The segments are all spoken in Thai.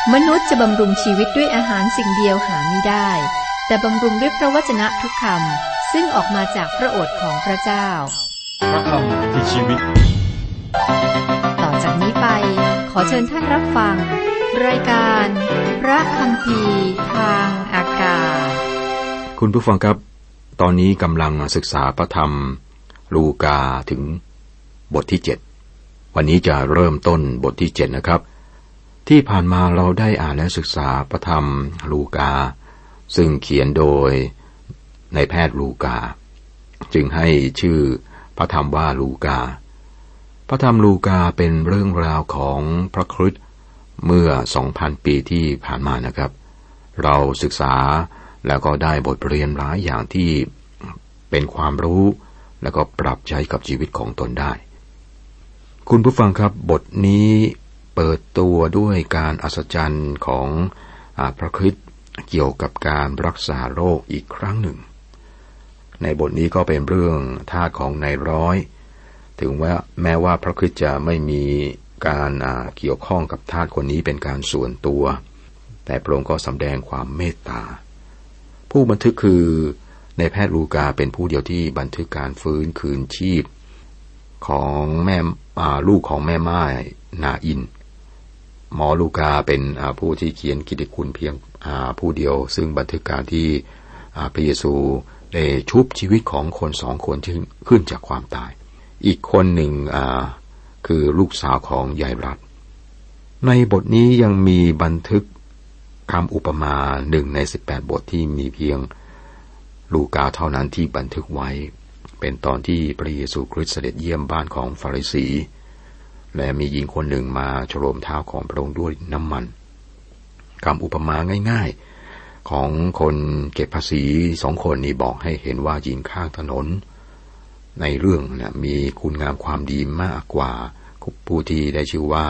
มนุษย์จะบำรุงชีวิตด้วยอาหารสิ่งเดียวหาไม่ได้แต่บำรุงด้วยพระวจนะทุกคำซึ่งออกมาจากพระโอษฐ์ของพระเจ้าพระคำคือชีวิตต่อจากนี้ไปขอเชิญท่านรับฟังรายการพระคัมภีร์ทางอากาศคุณผู้ฟังครับตอนนี้กำลังศึกษาพระธรรมลูกาถึงบทที่7วันนี้จะเริ่มต้นบทที่7นะครับที่ผ่านมาเราได้อ่านและศึกษาพระธรรมลูกาซึ่งเขียนโดยนายแพทย์ลูกาจึงให้ชื่อพระธรรมว่าลูกาพระธรรมลูกาเป็นเรื่องราวของพระคริสต์เมื่อ 2,000 ปีที่ผ่านมานะครับเราศึกษาแล้วก็ได้บทเรียนหลายอย่างที่เป็นความรู้แล้วก็ปรับใช้กับชีวิตของตนได้คุณผู้ฟังครับบทนี้เปิดตัวด้วยการอัศจรรย์ของพระคริสต์เกี่ยวกับการรักษาโรคอีกครั้งหนึ่งในบทนี้ก็เป็นเรื่องทาสของนายร้อยถึงว่าแม้ว่าพระคริสต์จะไม่มีการเกี่ยวข้องกับทาสคนนี้เป็นการส่วนตัวแต่พระองค์ก็แสดงความเมตตาผู้บันทึกคือในแพทย์ลูกาเป็นผู้เดียวที่บันทึกการฟื้นคืนชีพของลูกของแม่ม่ายนาอินหมอลูกาเป็นผู้ที่เขียนกิตติคุณเพียงผู้เดียวซึ่งบันทึกการที่พระเยซูได้ชุบชีวิตของคนสองคนที่ขึ้นจากความตายอีกคนหนึ่งคือลูกสาวของยายรัฐในบทนี้ยังมีบันทึกคำอุปมา1ใน18บทที่มีเพียงลูกาเท่านั้นที่บันทึกไว้เป็นตอนที่พระเยซูคริสต์เสด็จเยี่ยมบ้านของฟาริสีและมีหญิงคนหนึ่งมาโฉโลมเท้าของพระองค์ด้วยน้ำมันคำอุปมาง่ายๆของคนเก็บภาษี2คนนี้บอกให้เห็นว่าหญิงข้างถนนในเรื่องมีคุณงามความดีมากกว่าผู้ที่ได้ชื่อว่า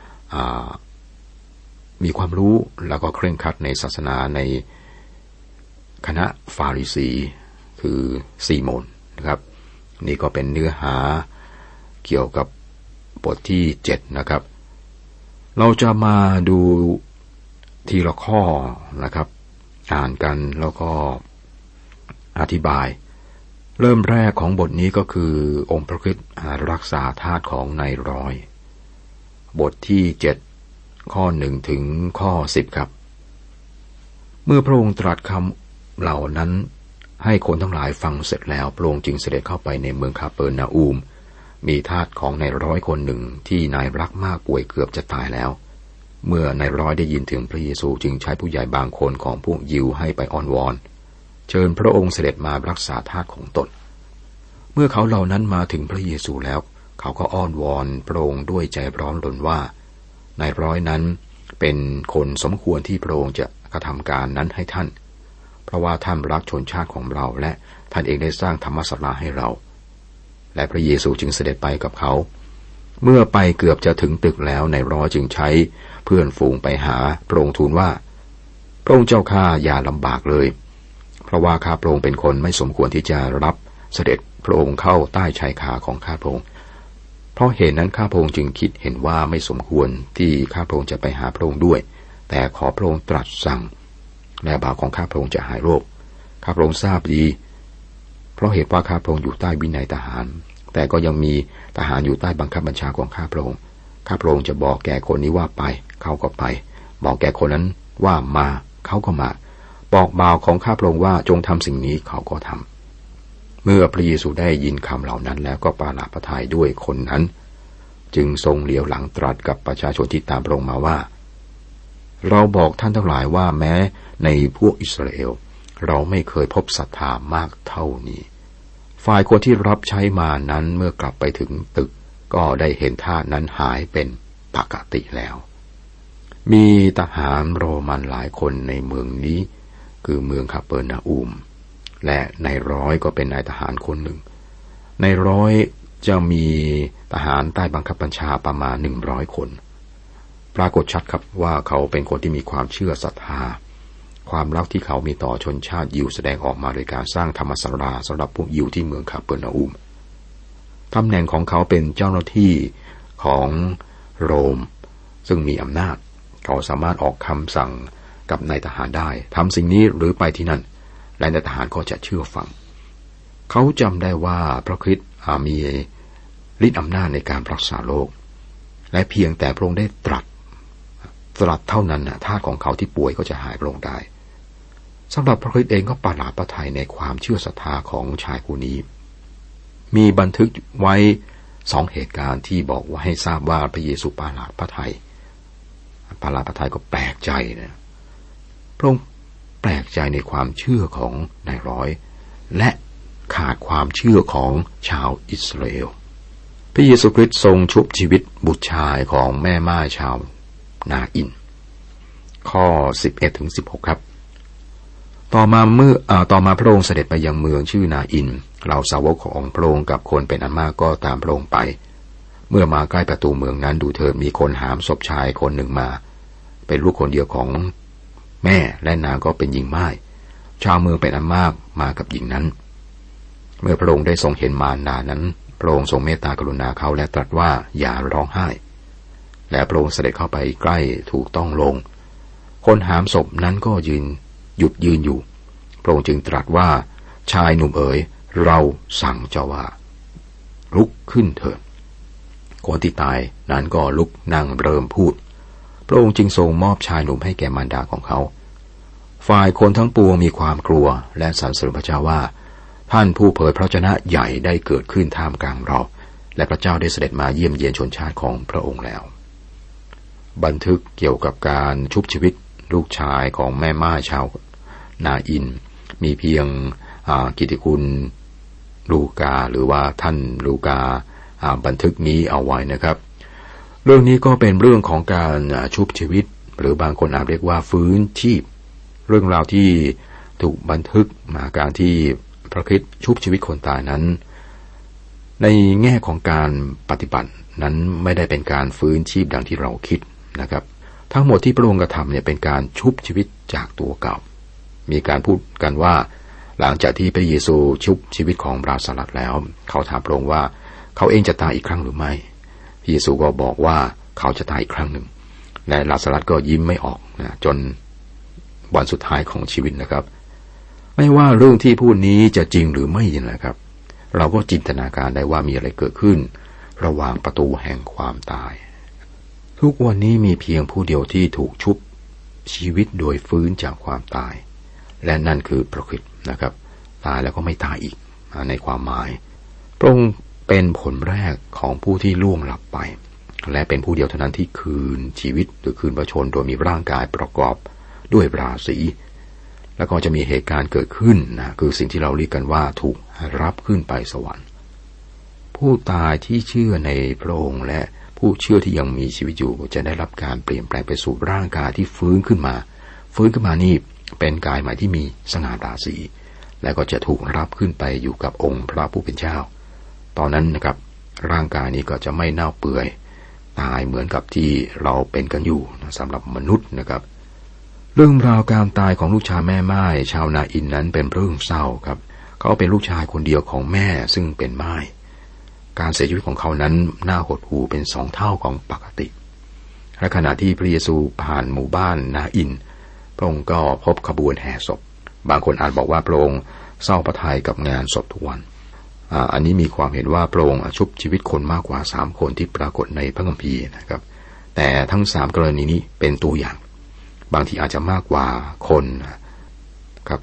มีความรู้แล้วก็เคร่งครัดในศาสนาในคณะฟาริสีคือซีโมนนะครับนี่ก็เป็นเนื้อหาเกี่ยวกับบทที่7นะครับเราจะมาดูทีละข้อนะครับอ่านกันแล้วก็อธิบายเริ่มแรกของบทนี้ก็คือองค์พระคริสต์รักษาทาสของนายร้อยบทที่7ข้อ1ถึงข้อ10ครับเมื่อพระองค์ตรัสคำเหล่านั้นให้คนทั้งหลายฟังเสร็จแล้วพระองค์จึงเสด็จเข้าไปในเมืองคาเปอร์นาอูมมีทาสของนายร้อยคนหนึ่งที่นายรักมากป่วยเกือบจะตายแล้วเมื่อนายร้อยได้ยินถึงพระเยซูจึงใช้ผู้ใหญ่บางคนของพวกยิวให้ไปอ้อนวอนเชิญพระองค์เสด็จมารักษาทาสของตนเมื่อเขาเหล่านั้นมาถึงพระเยซูแล้วเขาก็อ้อนวอนพระองค์ด้วยใจร้อนรนว่านายร้อยนั้นเป็นคนสมควรที่พระองค์จะกระทำการนั้นให้ท่านเพราะว่าท่านรักชนชาติของเราและท่านเองได้สร้างธรรมศาลาให้เราและพระเยซูจึงเสด็จไปกับเขาเมื่อไปเกือบจะถึงตึกแล้วนายร้อยจึงใช้เพื่อนฝูงไปหาพระองค์ทูลว่าพระองค์เจ้าข้าอย่าลำบากเลยเพราะว่าข้าพระองค์เป็นคนไม่สมควรที่จะรับเสด็จพระองค์เข้าใต้ชายคาของข้าพระองค์เพราะเหตุนั้นข้าพระองค์จึงคิดเห็นว่าไม่สมควรที่ข้าพระองค์จะไปหาพระองค์ด้วยแต่ขอพระองค์ตรัสสั่งและบ่าวของข้าพระองค์จะหายโรคข้าพระองค์ทราบดีเพราะเหตุว่าข้าพระองค์อยู่ใต้วินัยทหารแต่ก็ยังมีทหารอยู่ใต้บังคับบัญชาของข้าพระองค์ข้าพระองค์จะบอกแก่คนนี้ว่าไปเขาก็ไปบอกแก่คนนั้นว่ามาเขาก็มาบอกบ่าวของข้าพระองค์ว่าจงทำสิ่งนี้เขาก็ทำเมื่อพระเยซูได้ยินคำเหล่านั้นแล้วก็ประหลาดพระทัยด้วยคนนั้นจึงทรงเหลียวหลังตรัสกับประชาชนที่ตามพระองค์มาว่าเราบอกท่านทั้งหลายว่าแม้ในพวกอิสราเอลเราไม่เคยพบศรัทธามากเท่านี้ฝ่ายคนที่รับใช้มานั้นเมื่อกลับไปถึงตึกก็ได้เห็นทาสนั้นหายเป็นปกติแล้วมีทหารโรมันหลายคนในเมืองนี้คือเมืองคาเปอร์นาอูมและนายร้อยก็เป็นนายทหารคนหนึ่งนายร้อยจะมีทหารใต้บังคับบัญชาประมาณ100คนปรากฏชัดครับว่าเขาเป็นคนที่มีความเชื่อศรัทธาความรักที่เขามีต่อชนชาติยิวแสดงออกมาโดยการสร้างธรรมศาลาสำหรับพวกยิวที่เมืองคาเปอร์นาอูมตำแหน่งของเขาเป็นเจ้าหน้าที่ของโรมซึ่งมีอำนาจเขาสามารถออกคำสั่งกับนายทหารได้ทำสิ่งนี้หรือไปที่นั่นและนายทหารก็จะเชื่อฟังเขาจำได้ว่าพระคริสต์มีฤทธิ์อำนาจในการรักษาโรคและเพียงแต่พระองค์ได้ตรัสเท่านั้นธาตุของเขาที่ป่วยก็จะหายลงได้สำหรับพระคริสต์เองก็ประหลาดประทัยในความเชื่อศรัทธาของชายผู้นี้มีบันทึกไว้2เหตุการณ์ที่บอกว่าให้ทราบว่าพระเยซูประหลาดพระทัยก็แปลกใจนะพระองค์แปลกใจในความเชื่อของนายร้อยและขาดความเชื่อของชาวอิสราเอลพระเยซูคริสต์ทรงชุบชีวิตบุตรชายของแม่ม่ายชาวนาอินข้อ 11-16 ครับต่อมาพระองค์เสด็จไปยังเมืองชื่อนาอินเราสาวกของพระองค์กับคนเป็นอันมากก็ตามพระองค์ไปเมื่อมาใกล้ประตูเมืองนั้นดูเถิดมีคนหามศพชายคนหนึ่งมาเป็นลูกคนเดียวของแม่และนางก็เป็นหญิงม่ายชาวเมืองเป็นอันมากมากับหญิงนั้นเมื่อพระองค์ได้ทรงเห็นมารดานั้นพระองค์ทรงเมตตากรุณาเขาและตรัสว่าอย่าร้องไห้และพระองค์เสด็จเข้าไปใกล้ถูกต้องลงคนหามศพนั้นก็หยุดยืนอยู่พระองค์จึงตรัสว่าชายหนุ่มเอ๋ยเราสั่งเจ้าว่าลุกขึ้นเถิดคนที่ตายนั้นก็ลุกนั่งเริ่มพูดพระองค์จึงทรงมอบชายหนุ่มให้แก่มารดาของเขาฝ่ายคนทั้งปวงมีความกลัวและสรรเสริญพระเจ้าว่าท่านผู้เผยพระวจนะใหญ่ได้เกิดขึ้นท่ามกลางเราและพระเจ้าได้เสด็จมาเยี่ยมเยียนชนชาติของพระองค์แล้วบันทึกเกี่ยวกับการชุบชีวิตลูกชายของแม่ม่ายชาวนาอินมีเพียงกิตติคุณลูกาหรือว่าท่านลูกาบันทึกนี้เอาไว้นะครับเรื่องนี้ก็เป็นเรื่องของการชุบชีวิตหรือบางคนอาจเรียกว่าฟื้นชีพเรื่องราวที่ถูกบันทึกมาการที่พระคริสต์ชุบชีวิตคนตายนั้นในแง่ของการปฏิบัตินั้นไม่ได้เป็นการฟื้นชีพดังที่เราคิดนะครับทั้งหมดที่พระองค์กระทำเนี่ยเป็นการชุบชีวิตจากตัวเก่ามีการพูดกันว่าหลังจากที่พระเยซูชุบชีวิตของลาซารัสแล้วเขาถามพระองค์ว่าเขาเองจะตายอีกครั้งหรือไม่พระเยซูก็บอกว่าเขาจะตายอีกครั้งหนึ่งและลาซารัสก็ยิ้มไม่ออกนะจนวันสุดท้ายของชีวิตนะครับไม่ว่าเรื่องที่พูดนี้จะจริงหรือไม่นะครับเราก็จินตนาการได้ว่ามีอะไรเกิดขึ้นระหว่างประตูแห่งความตายทุกวันนี้มีเพียงผู้เดียวที่ถูกชุบชีวิตโดยฟื้นจากความตายและนั่นคือพระคริสต์นะครับตายแล้วก็ไม่ตายอีกในความหมายพระองค์เป็นผลแรกของผู้ที่ล่วงลับไปและเป็นผู้เดียวเท่านั้นที่คืนชีวิตหรือคืนพระชนโดยมีร่างกายประกอบด้วยราศีแล้วก็จะมีเหตุการณ์เกิดขึ้นนะคือสิ่งที่เราเรียกกันว่าถูกรับขึ้นไปสวรรค์ผู้ตายที่เชื่อในพระองค์และผู้เชื่อที่ยังมีชีวิตอยู่จะได้รับการเปลี่ยนแปลงไปสู่ร่างกายที่ฟื้นขึ้นมานี่เป็นกายใหม่ที่มีสง่าราศีและก็จะถูกรับขึ้นไปอยู่กับองค์พระผู้เป็นเจ้าตอนนั้นนะครับร่างกายนี้ก็จะไม่เน่าเปื่อยตายเหมือนกับที่เราเป็นกันอยู่สำหรับมนุษย์นะครับเรื่องราวการตายของลูกชายแม่ม่ายชาวนาอินนั้นเป็นเรื่องเศร้าครับเขาเป็นลูกชายคนเดียวของแม่ซึ่งเป็นม่ายการเสียชีวิตของเขานั้นน่าหดหู่เป็น2 เท่าของปกติและขณะที่พระเยซูผ่านหมู่บ้านนาอินพระองค์ก็พบขบวนแห่ศพบางคนอาจบอกว่าพระองค์เศร้าพระทัยกับงานศพทุกวันอันนี้มีความเห็นว่าพระองค์ชุบชีวิตคนมากกว่า3 คนที่ปรากฏในพระคัมภีร์นะครับแต่ทั้ง3 กรณีนี้เป็นตัวอย่างบางทีอาจจะมากกว่าคนกับ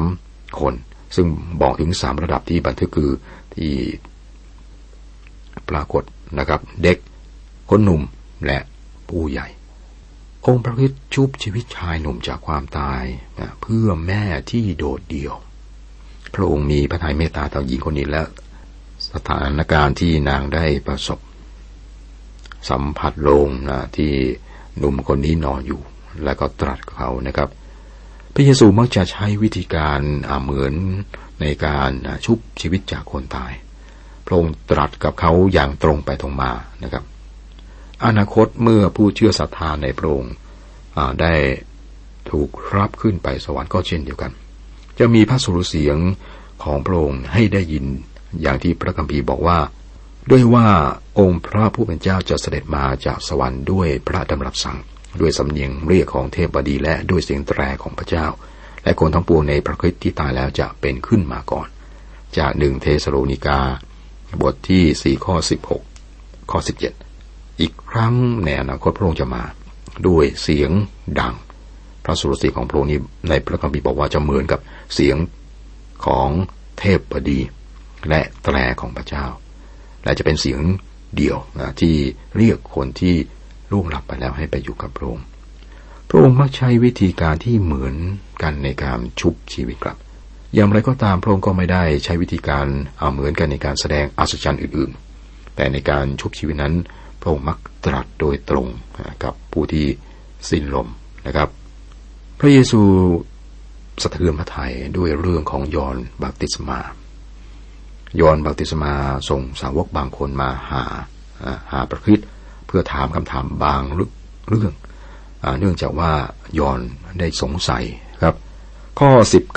3 คนซึ่งบอกถึง3 ระดับที่บันทึกคือที่ปรากฏนะครับเด็กคนหนุ่มและผู้ใหญ่องค์พระคริสต์ชุบชีวิตชายหนุ่มจากความตายเพื่อแม่ที่โดดเดี่ยวพระองค์มีพระทัยเมตตาต่อหญิงคนนี้และสถานการณ์ที่นางได้ประสบสัมผัสโลงที่หนุ่มคนนี้นอนอยู่แล้วก็ตรัสกับเขานะครับพระเยซูมักจะใช้วิธีการเหมือนในการชุบชีวิตจากคนตายพระองค์ตรัสกับเขาอย่างตรงไปตรงมานะครับอนาคตเมื่อผู้เชื่อศรัทธาในพระองค์ได้ถูกรับขึ้นไปสวรรค์ก็เช่นเดียวกันจะมีพระสุรเสียงของพระองค์ให้ได้ยินอย่างที่พระคัมภีร์บอกว่าด้วยว่าองค์พระผู้เป็นเจ้าจะเสด็จมาจากสวรรค์ด้วยพระดำรัสสั่งด้วยสำเนียงเรียกของเทพบดีและด้วยเสียงแตรของพระเจ้าและคนทั้งปวงในพระคริสต์ที่ตายแล้วจะเป็นขึ้นมาก่อนจาก1เทสโลนิกาบทที่4ข้อ16ข้อ17อีกครั้งในอนาคตพระองค์จะมาด้วยเสียงดังพระสุรเสียงของพระองค์นี้ในพระคัมภีร์บอกว่าจะเหมือนกับเสียงของเทพบดีและแตรของพระเจ้าและจะเป็นเสียงเดียวที่เรียกคนที่ล่วงลับไปแล้วให้ไปอยู่กับพระองค์พระองค์มักใช้วิธีการที่เหมือนกันในการชุบชีวิตครับอย่างไรก็ตามพระองค์ก็ไม่ได้ใช้วิธีการเหมือนกันในการแสดงอัศจรรย์อื่นๆแต่ในการชุบชีวิตนั้นพระองค์มักตรัสโดยตรงกับผู้ที่สิ้นลมนะครับพระเยซูสะเทือนพระทัยด้วยเรื่องของยอห์นบัพติศมายอห์นบัพติศมาส่งสาวกบางคนมาหาพระคริสต์เพื่อถามคำถามบางเรื่องเนื่องจากว่ายอห์นได้สงสัยครับข้อ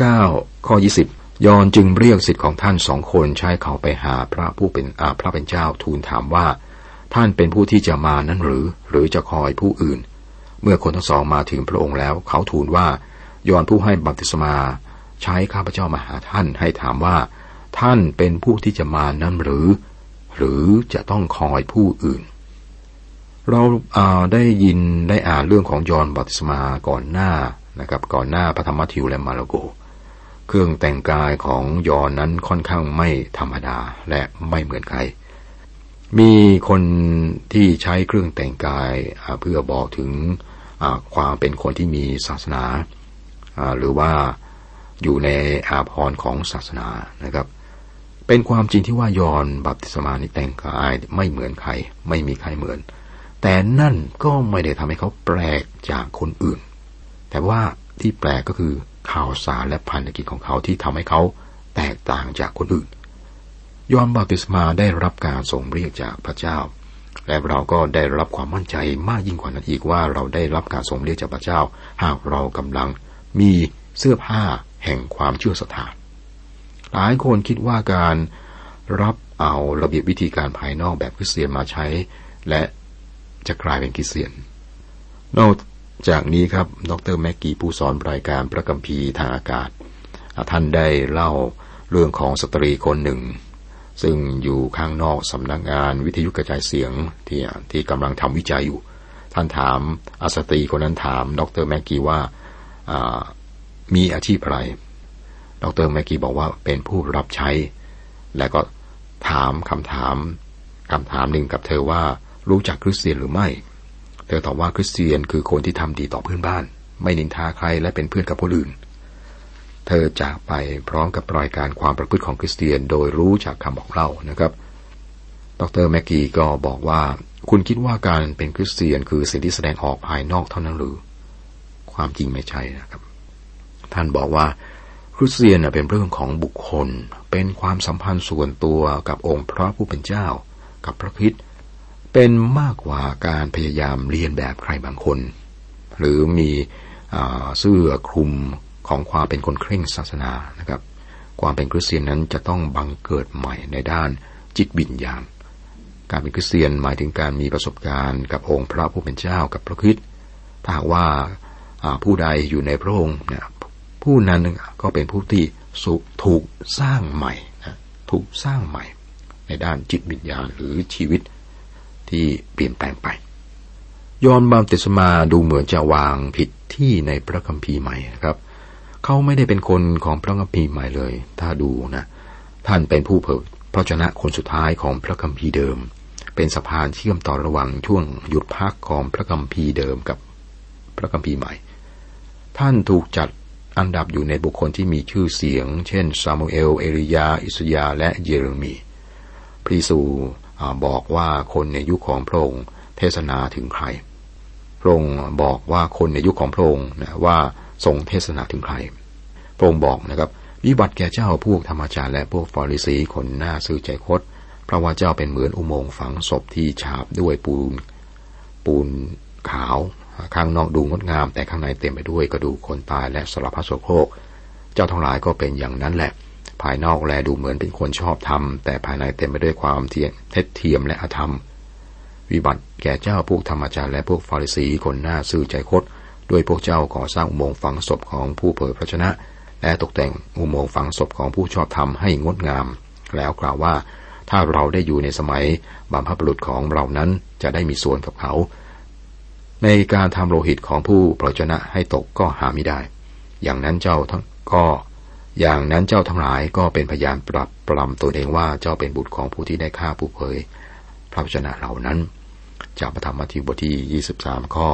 19ข้อ20ยอห์นจึงเรียกศิษย์ของท่าน2คนใช้เขาไปหาพระผู้เป็นพระเป็นเจ้าทูลถามว่าท่านเป็นผู้ที่จะมานั้นหรือจะคอยผู้อื่นเมื่อคนทั้งสองมาถึงพระองค์แล้วเขาทูลว่ายอห์นผู้ให้บัพติศมาใช้ข้าพเจ้ามาหาท่านให้ถามว่าท่านเป็นผู้ที่จะมานั้นหรือจะต้องคอยผู้อื่นเราได้ยินได้อ่านเรื่องของยอห์นบัพติศมาก่อนหน้านะครับก่อนหน้าพระธรรมมัทธิวและมาระโกเครื่องแต่งกายของยอห์นนั้นค่อนข้างไม่ธรรมดาและไม่เหมือนใครมีคนที่ใช้เครื่องแต่งกายเพื่อบอกถึงความเป็นคนที่มีศาสนาหรือว่าอยู่ในอาภรณ์ของศาสนานะครับเป็นความจริงที่ว่ายอห์นบัพติศมานี่แต่งกายไม่เหมือนใครไม่มีใครเหมือนแต่นั่นก็ไม่ได้ทำให้เขาแปลกจากคนอื่นแต่ว่าที่แปลกก็คือข่าวสารและพันธกิจของเขาที่ทำให้เขาแตกต่างจากคนอื่นยอห์นบัพติศมาได้รับการทรงเรียกจากพระเจ้าและเราก็ได้รับความมั่นใจมากยิ่งกว่านั้นอีกว่าเราได้รับการทรงเรียกจากพระเจ้าหากเรากำลังมีเสื้อผ้าแห่งความเชื่อศรัทธาหลายคนคิดว่าการรับเอาระเบียบวิธีการภายนอกแบบคริสเตียนมาใช้และจะกลายเป็นคริสเตียนนอกจากนี้ครับดร.แม็กกี้ผู้สอนรายการพระคัมภีร์ทางอากาศท่านได้เล่าเรื่องของสตรีคนหนึ่งซึ่งอยู่ข้างนอกสำนักงานวิทยุกระจายเสียงที่กำลังทำวิจัยอยู่ท่านถามสตรีคนนั้นถามดร.แม็กกี้ว่ามีอาชีพอะไรดร.แม็กกี้บอกว่าเป็นผู้รับใช้และก็ถามคำถามหนึ่งกับเธอว่ารู้จักคริสเตียนหรือไม่เธอตอบว่าคริสเตียนคือคนที่ทำดีต่อเพื่อนบ้านไม่นินทาใครและเป็นเพื่อนกับคนอื่นเธอจากไปพร้อมกับรายการความประพฤติของคริสเตียนโดยรู้จากคำบอกเล่านะครับดร.แม็กกี้ก็บอกว่าคุณคิดว่าการเป็นคริสเตียนคือสิ่งที่แสดงออกภายนอกเท่านั้นหรือความจริงไม่ใช่นะครับท่านบอกว่าคริสเตียนเป็นเรื่องของบุคคลเป็นความสัมพันธ์ส่วนตัวกับองค์พระผู้เป็นเจ้ากับพระคริสต์เป็นมากกว่าการพยายามเลียนแบบใครบางคนหรือมีเสื้อคลุมของความเป็นคนเคร่งศาสนานะครับความเป็นคริสเตียนนั้นจะต้องบังเกิดใหม่ในด้านจิตวิญญาณการเป็นคริสเตียนหมายถึงการมีประสบการณ์กับองค์พระผู้เป็นเจ้ากับพระคริสต์ถ้าหากว่าผู้ใดอยู่ในพระองค์ผู้นั้นก็เป็นผู้ที่ถูกสร้างใหม่ถูกสร้างใหม่ในด้านจิตวิญญาณหรือชีวิตที่เปลี่ยนแปลงไปยอห์นบัพติศมาดูเหมือนจะวางผิดที่ในพระคัมภีร์ใหม่นะครับเขาไม่ได้เป็นคนของพระคัมภีร์ใหม่เลยถ้าดูนะท่านเป็นผู้เผยพระวจนะคนสุดท้ายของพระคัมภีร์เดิมเป็นสะพานเชื่อมต่อระหว่างช่วงหยุดพักของพระคัมภีร์เดิมกับพระคัมภีร์ใหม่ท่านถูกจัดอันดับอยู่ในบุคคลที่มีชื่อเสียงเช่นซามูเอลเอลียาอิสยาและเยเรมีพระเยซูบอกว่าคนในยุคของพระองค์เทศนาถึงใครพระองค์บอกว่าคนในยุคของพระองค์ว่าทรงเทศนาถึงใครพระองค์บอกนะครับวิบัติแก่เจ้าพวกธรรมจารย์และพวกฟาริสีคนหน้าซื่อใจคดเพราะว่าเจ้าเป็นเหมือนอุโมงค์ฝังศพที่ฉาบด้วยปูนขาวข้างนอกดูงดงามแต่ข้างในเต็มไปด้วยกระดูกคนตายและสารพัดโสโครกเจ้าทั้งหลายก็เป็นอย่างนั้นแหละภายนอกแลดูเหมือนเป็นคนชอบธรรมแต่ภายในเต็มไปด้วยความเท็จเทียมและอธรรมวิบัติแก่เจ้าพวกธรรมจารย์และพวกฟาริสีคนหน้าซื่อใจคดด้วยพวกเจ้าก่อสร้างอุโมงค์ฝังศพของผู้เผยพระชนะและตกแต่งอุโมงค์ฝังศพของผู้ชอบธรรมให้งดงามแล้วกล่าวว่าถ้าเราได้อยู่ในสมัยบรรพบุรุษของเรานั้นจะได้มีส่วนกับเขาในการทำโลหิตของผู้เผยพระชนะให้ตกก็หาไม่ได้อย่างนั้นเจ้าทั้งหลายก็เป็นพยานปรำตัวเองว่าเจ้าเป็นบุตรของผู้ที่ได้ฆ่าผู้เผยพระวจนะเหล่านั้นจากพระธรรมมัทธิวบทที่23ข้อ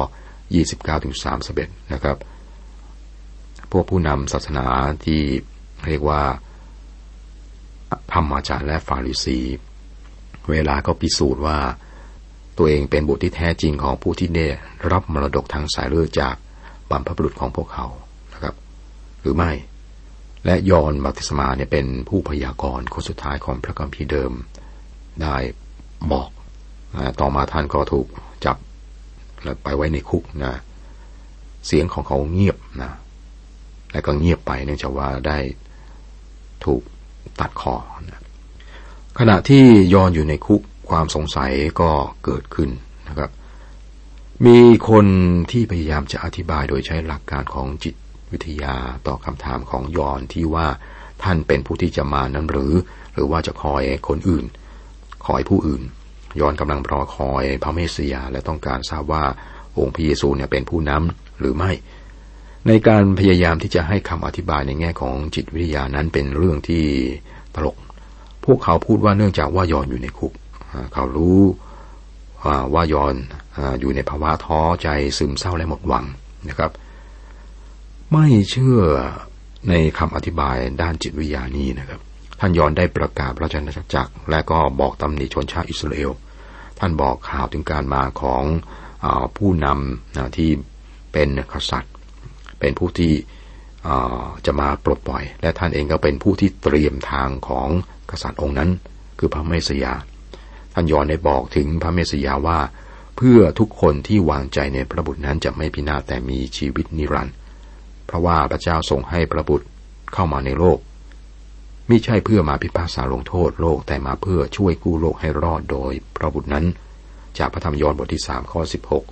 29ถึง31นะครับพวกผู้นำศาสนาที่เรียกว่าธรรมจารย์และฟาริสีเวลาก็พิสูจน์ว่าตัวเองเป็นบุตรที่แท้จริงของผู้ที่ได้รับมรดกทางสายเลือดจากบรรพบุรุษของพวกเขานะครับหรือไม่และยอห์นบัพติศมาเนี่ยเป็นผู้พยากรณ์คนสุดท้ายของพระคัมภีร์เดิมได้บอกต่อมาท่านก็ถูกจับแล้วไปไว้ในคุกนะเสียงของเขาเงียบนะและก็เงียบไปเนื่องจากว่าได้ถูกตัดคอนะขณะที่ยอห์นอยู่ในคุกความสงสัยก็เกิดขึ้นนะครับมีคนที่พยายามจะอธิบายโดยใช้หลักการของจิตวิทยาต่อคำถามของยอห์นที่ว่าท่านเป็นผู้ที่จะมานั้นหรือว่าจะคอยคนอื่นคอยผู้อื่นยอห์นกำลังรอคอยพระเมสสิยาและต้องการทราบว่าองค์พระเยซูเนี่ยเป็นผู้นำหรือไม่ในการพยายามที่จะให้คำอธิบายในแง่ของจิตวิทยานั้นเป็นเรื่องที่ตลกพวกเขาพูดว่าเนื่องจากว่ายอห์นอยู่ในคุกเขารู้ว่ายอห์นอยู่ในภาวะท้อใจซึมเศร้าและหมดหวังนะครับไม่เชื่อในคำอธิบายด้านจิตวิทยานี้นะครับท่านยอห์นได้ประกาศพระชนจักรและก็บอกตำหนิชนชาติอิสราเอลท่านบอกข่าวถึงการมาของผู้นำที่เป็นกษัตริย์เป็นผู้ที่จะมาปลดปล่อยและท่านเองก็เป็นผู้ที่เตรียมทางของกษัตริย์องค์นั้นคือพระเมสสิยาท่านยอห์นได้บอกถึงพระเมสสิยาว่าเพื่อทุกคนที่วางใจในพระบุตรนั้นจะไม่พินาศแต่มีชีวิตนิรันดร์เพราะว่าพระเจ้าทรงให้พระบุตรเข้ามาในโลกมิใช่เพื่อมาพิพากษาลงโทษโลกแต่มาเพื่อช่วยกู้โลกให้รอดโดยพระบุตรนั้นจากพระธรรมยอห์นบทที่3ข้อ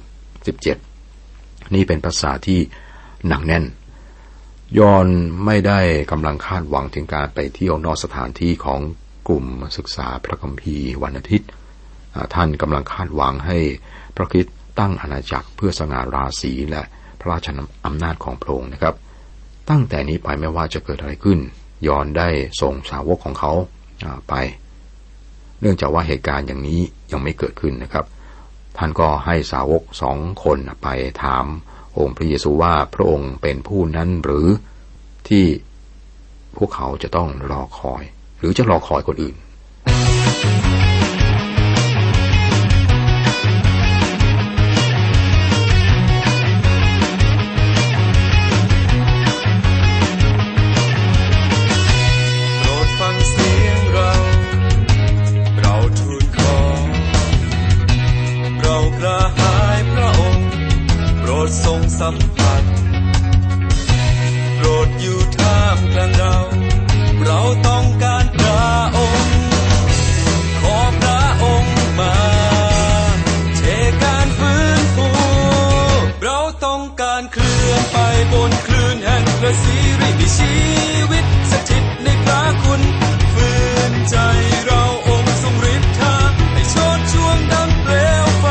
16 17นี่เป็นภาษาที่หนักแน่นยอห์นไม่ได้กำลังคาดหวังถึงการไปเที่ยวนอกสถานที่ของกลุ่มศึกษาพระคัมภีร์วันอาทิตย์ท่านกำลังคาดหวังให้พระคริสต์ตั้งอาณาจักรเพื่อสง่าราศีและพระราชอำนาจของพระองค์นะครับตั้งแต่นี้ไปไม่ว่าจะเกิดอะไรขึ้นยอห์นได้ส่งสาวกของเขาไปเนื่องจากว่าเหตุการณ์อย่างนี้ยังไม่เกิดขึ้นนะครับท่านก็ให้สาวก2 คนไปถามองค์พระเยซูว่าพระองค์เป็นผู้นั้นหรือที่พวกเขาจะต้องรอคอยหรือจะรอคอยคนอื่นสัมผัสโปรดอยู่ท่ามกลางเราต้องการพระองค์ขอพระองค์มาเทการฟื้นฟูเราต้องการเคลื่อนไปบนคลื่นแห่งพระสิริมีชีวิตสถิตในพระคุณฟื้นใจเราองค์ทรงฤทธาให้โชติช่วงดังเปลวไฟ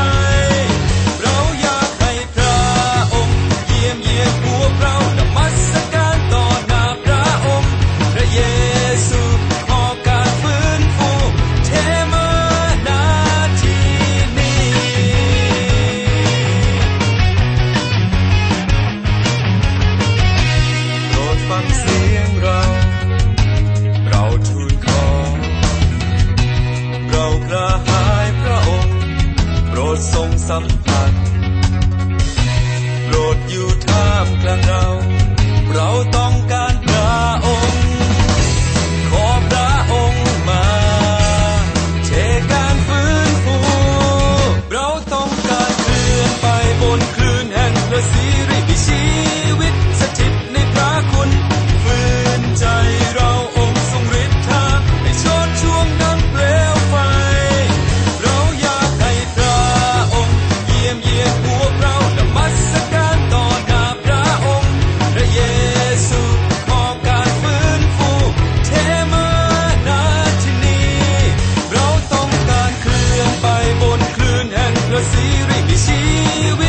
สัมผัสโปรดอยู่ท่ามกลางเราต้องการพระองค์ขอพระองค์มาเทการฟื้นฟูเราต้องการเคลื่อนไปบนคลื่นแห่งพระสิริมีชีวิตสถิตในพระคุณฟื้นใจเราองค์ทรงฤทธาให้โชติช่วงดังเปลวไฟเราอยากให้พระวกเรานมัสการต่อหน้าพระองค์พระเยซูของการฟื้นฟูเทมานาที่นี้เราต้องการเคลื่อนไปบนคลื่นแห่งพระสิริมีชีวิต